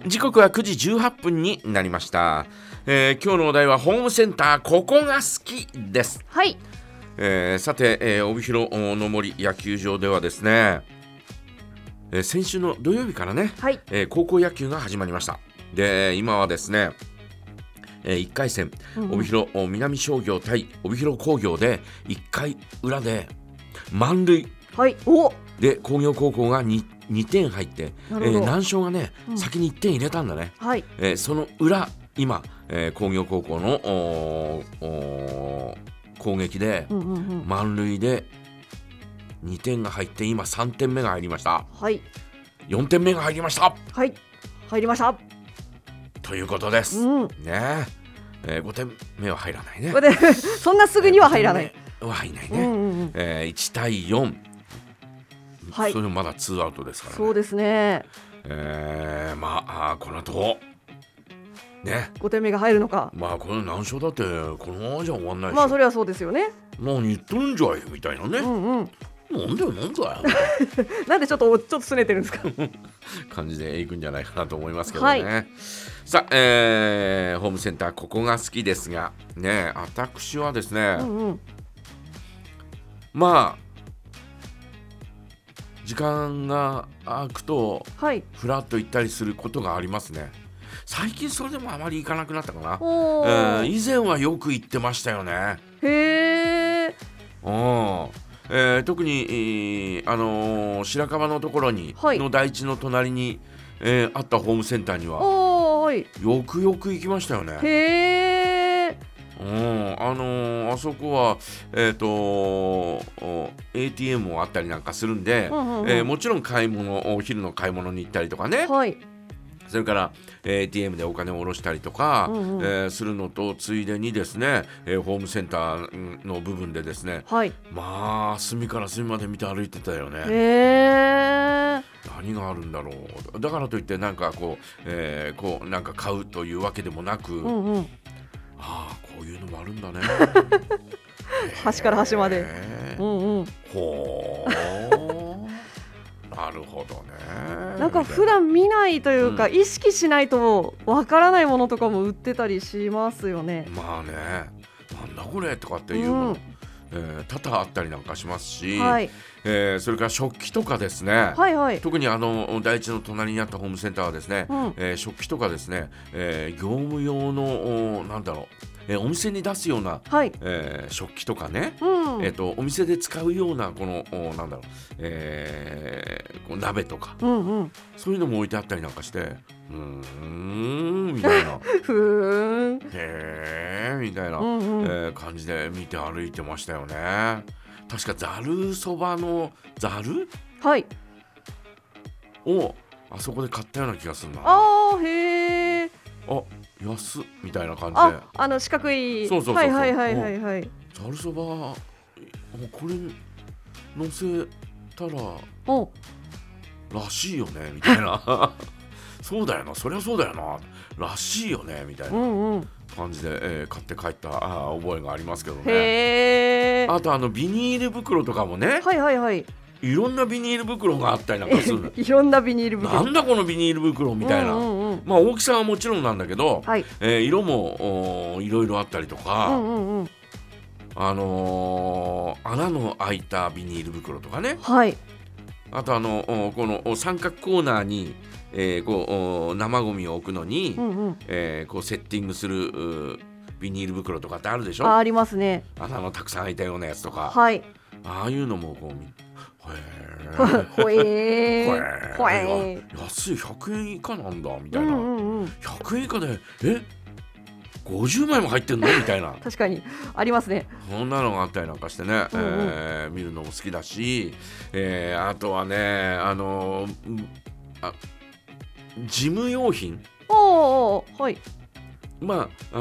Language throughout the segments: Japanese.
時刻は9時18分になりました。今日のお題はホームセンターここが好きです。 はい。 さて、帯広の森野球場ではですね、先週の土曜日からね、 はい。 高校野球が始まりました。で、今はですね、1回戦、帯広南商業対帯広工業で1回裏で満塁、 はい。お、 で工業高校が 2点入って、南商がね、先に1点入れたんだね。 はい。 その裏今、工業高校の攻撃で、満塁で2点が入って今3点目が入りました。 はい。 4点目が入りました。 はい。入りました。 ということです、ね。5点目は入らないね。 そんなすぐには入らない。 は入らないね。1対4、 はい、 それもまだ2アウトですからね。 そうですね。 まあこの後ね、 5点目が入るのか。 まあこの難所だってこのままじゃ終わんないし、 まあそれはそうですよね。 何言っとるんじゃいみたいなね。なんだよなんでちょっと拗ねてるんですか感じでいくんじゃないかなと思いますけどね。はい、さあ、ホームセンターここが好きですがね、私はですね、まあ時間が空くとフラッと行ったりすることがありますね。最近それでもあまり行かなくなったかな。以前はよく行ってましたよね。 へー。特に、白樺のところに、の台地の隣に、あったホームセンターにはよくよく行きましたよね。 へー。 あそこは、ATM もあったりなんかするんで、もちろんお昼の買い物に行ったりとかね、それから、ATM でお金を下ろしたりとか、するのとついでにですね、ホームセンターの部分でですね、まあ隅から隅まで見て歩いてたよね。何があるんだろう。だからといってなんかこうなんか買うというわけでもなく、こういうのもあるんだね端から端まで。 ほーなるほどね。 なんか普段見ないというか、意識しないとわからないものとかも売ってたりしますよね。 まあね、なんだこれとかっていうもの、多々あったりなんかしますし、それから食器とかですね、特に第一の隣にあったホームセンターはですね、食器とかですね、業務用のなんだろう、お店に出すような、食器とかね、お店で使うようなこのなんだろう、鍋とか、そういうのも置いてあったりなんかしてみたいなへーみたいな、感じで見て歩いてましたよね。確かざるそばのざる、をあそこで買ったような気がするな。 へー。 安っみたいな感じで、 四角い。 そうざるそばこれ乗せたららしいよねみたいなそうだよな、そりゃそうだよならしいよねみたいな感じで、買って帰った覚えがありますけどね。あとビニール袋とかもね、いろんなビニール袋があったりなんかするいろんなビニール袋、 なんだこのビニール袋みたいな、まあ大きさはもちろんなんだけど、色もいろいろあったりとか、穴の開いたビニール袋とかね、あとこの三角コーナーに、こう生ゴミを置くのに、こうセッティングするビニール袋とかってあるでしょ。 ありますね。 穴のたくさん開いたようなやつとか、ああいうのもこうほえ安い100円以下なんだみたいな、100円以下で50枚も入ってんのみたいな確かにありますね。 そんなのがあったりなんかしてね、見るのも好きだし、あとはね事務用品、まあ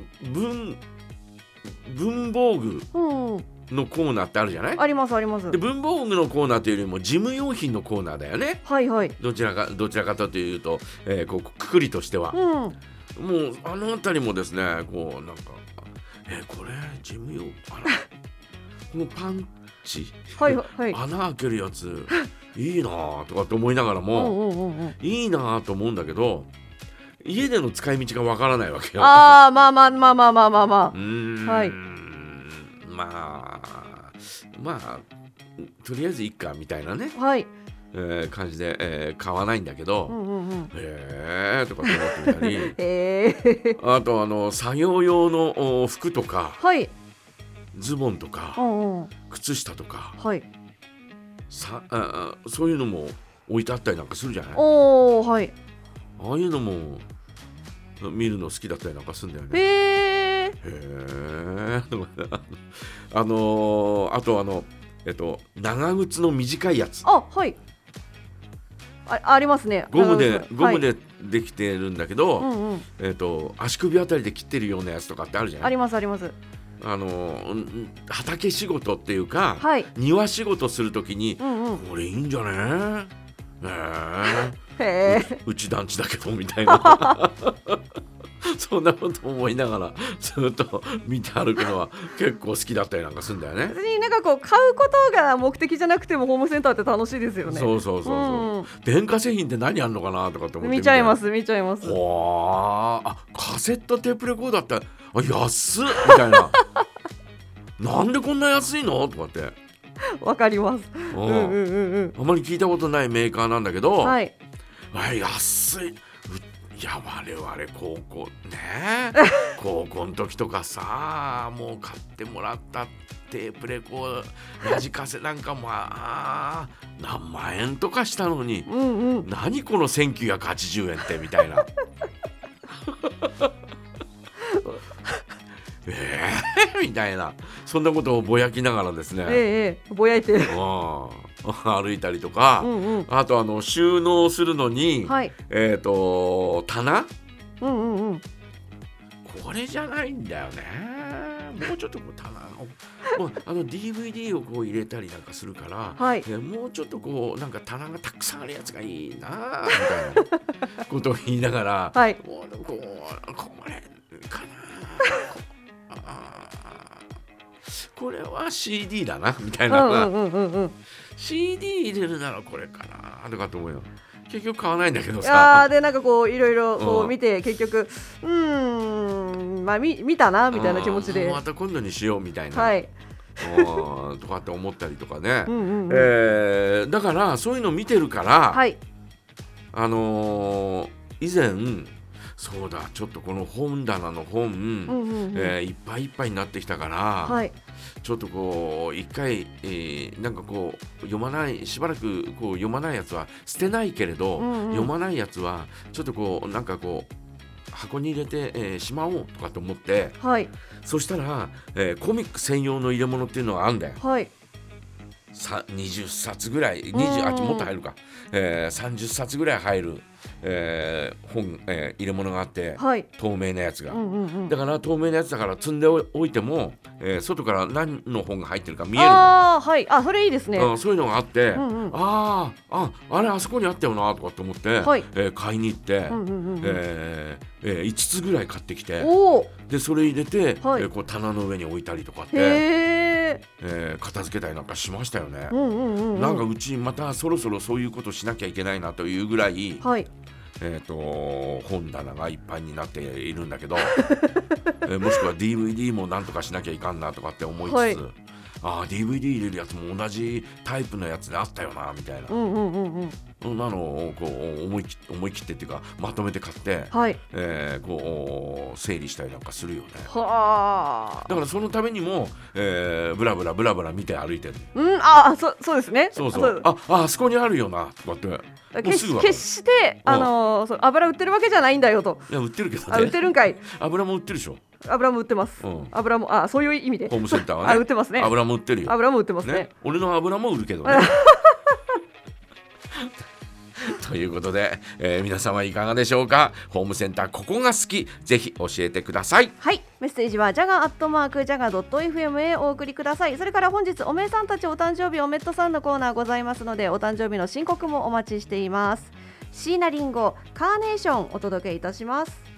文房具のコーナーってあるじゃない。 ありますあります。 で文房具のコーナーというよりも事務用品のコーナーだよね。どちらかというと、こうくくりとしては、もう辺りもですね、こうなんかこれ事務用このパンチ、穴開けるやついいなとかって思いながらも、いいなと思うんだけど、 家での使い道がわからないわけよ。 まあはい。 まあとりあえずいいかみたいなね、 はい、 感じで、買わないんだけど、とかって思ってみたりあと作業用の服とか、 はい、 ズボンとか、靴下とか、 はい、 そういうのも置いてあったりなんかするじゃない。 はい、 ああいうのも見るの好きだったりなんかするんだよね。あと長靴の短いやつ、 はい、ありますね。 ゴムでできてるんだけど、足首あたりで切ってるようなやつとかってあるじゃない。 ありますあります。 畑仕事っていうか、庭仕事するときに、これいいんじゃねうち団地だけどみたいなそんなこと思いながらずっと見て歩くのは結構好きだったりなんかするんだよね。 別になんかこう買うことが目的じゃなくてもホームセンターって楽しいですよね。 電化製品って何あんのかなとかって思って見ちゃいます。 カセットテープレコーダーって安っみたいななんでこんな安いのとかってわかります。あまり聞いたことないメーカーなんだけど、安い。いや我々高校の時とかさ、もう買ってもらったテープレコーダーラジカセなんかも何万円とかしたのに、何この1980円ってみたいなみたいな、そんなことをぼやきながらですね、 ぼやいて歩いたりとか、あと収納するのに、棚、これじゃないんだよね。もうちょっと棚をDVD をこう入れたりなんかするから、もうちょっとこうなんか棚がたくさんあるやつがいいなみたいなことを言いながら、これかなこれは CD だなみたいな、CD 入れるならこれかなとかと思うよ。結局買わないんだけどさ。 でなんかこういろいろこう見て、結局見たなみたいな気持ちで、 また今度にしようみたいな、とかって思ったりとかね。だからそういうの見てるから、以前そうだ、ちょっとこの本棚の本、いっぱいいっぱいになってきたから、ちょっとこう一回、なんかこうしばらくこう読まないやつは捨てないけれど、読まないやつはちょっとこうなんかこう箱に入れて、しまおうとかと思って、そしたら、コミック専用の入れ物っていうのがあるんだよ。20冊ぐらい、もっと入るか、30冊ぐらい入る、本、入れ物があって、透明なやつが、だから透明なやつだから積んでおいても、外から何の本が入ってるか見えるの。 それいいですね。 そういうのがあって、あれあそこにあったよなとかって思って、買いに行って、5つぐらい買ってきて、でそれ入れて、こう棚の上に置いたりとかって、片付けたりなんかしましたよね。なんかうちまたそろそろそういうことしなきゃいけないなというぐらい、本棚がいっぱいになっているんだけど、もしくは DVD もなんとかしなきゃいかんなとかって思いつつ、DVD 入れるやつも同じタイプのやつであったよなみたいな、そんなのをこう思い切ってっていうかまとめて買って、こう整理したりなんかするよね。だからそのためにも、ブラブラ見て歩いてる。 そうですね。 あそこにあるよなとかって。 決して油売ってるわけじゃないんだよと。 いや売ってるけどね。 売ってるんかい。 油も売ってるでしょ。 油も売ってます。油もそういう意味で。 ホームセンターはね。 売ってますね。 油も売ってるよ。 油も売ってますね。 俺の油も売るけどね。ということで、皆様いかがでしょうか。ホームセンターここが好き、ぜひ教えてください。 メッセージはjaga@jaga.fm へお送りください。それから本日おめえさんたちお誕生日おめっとさんのコーナーございますので、お誕生日の申告もお待ちしています。椎名林檎カーネーションお届けいたします。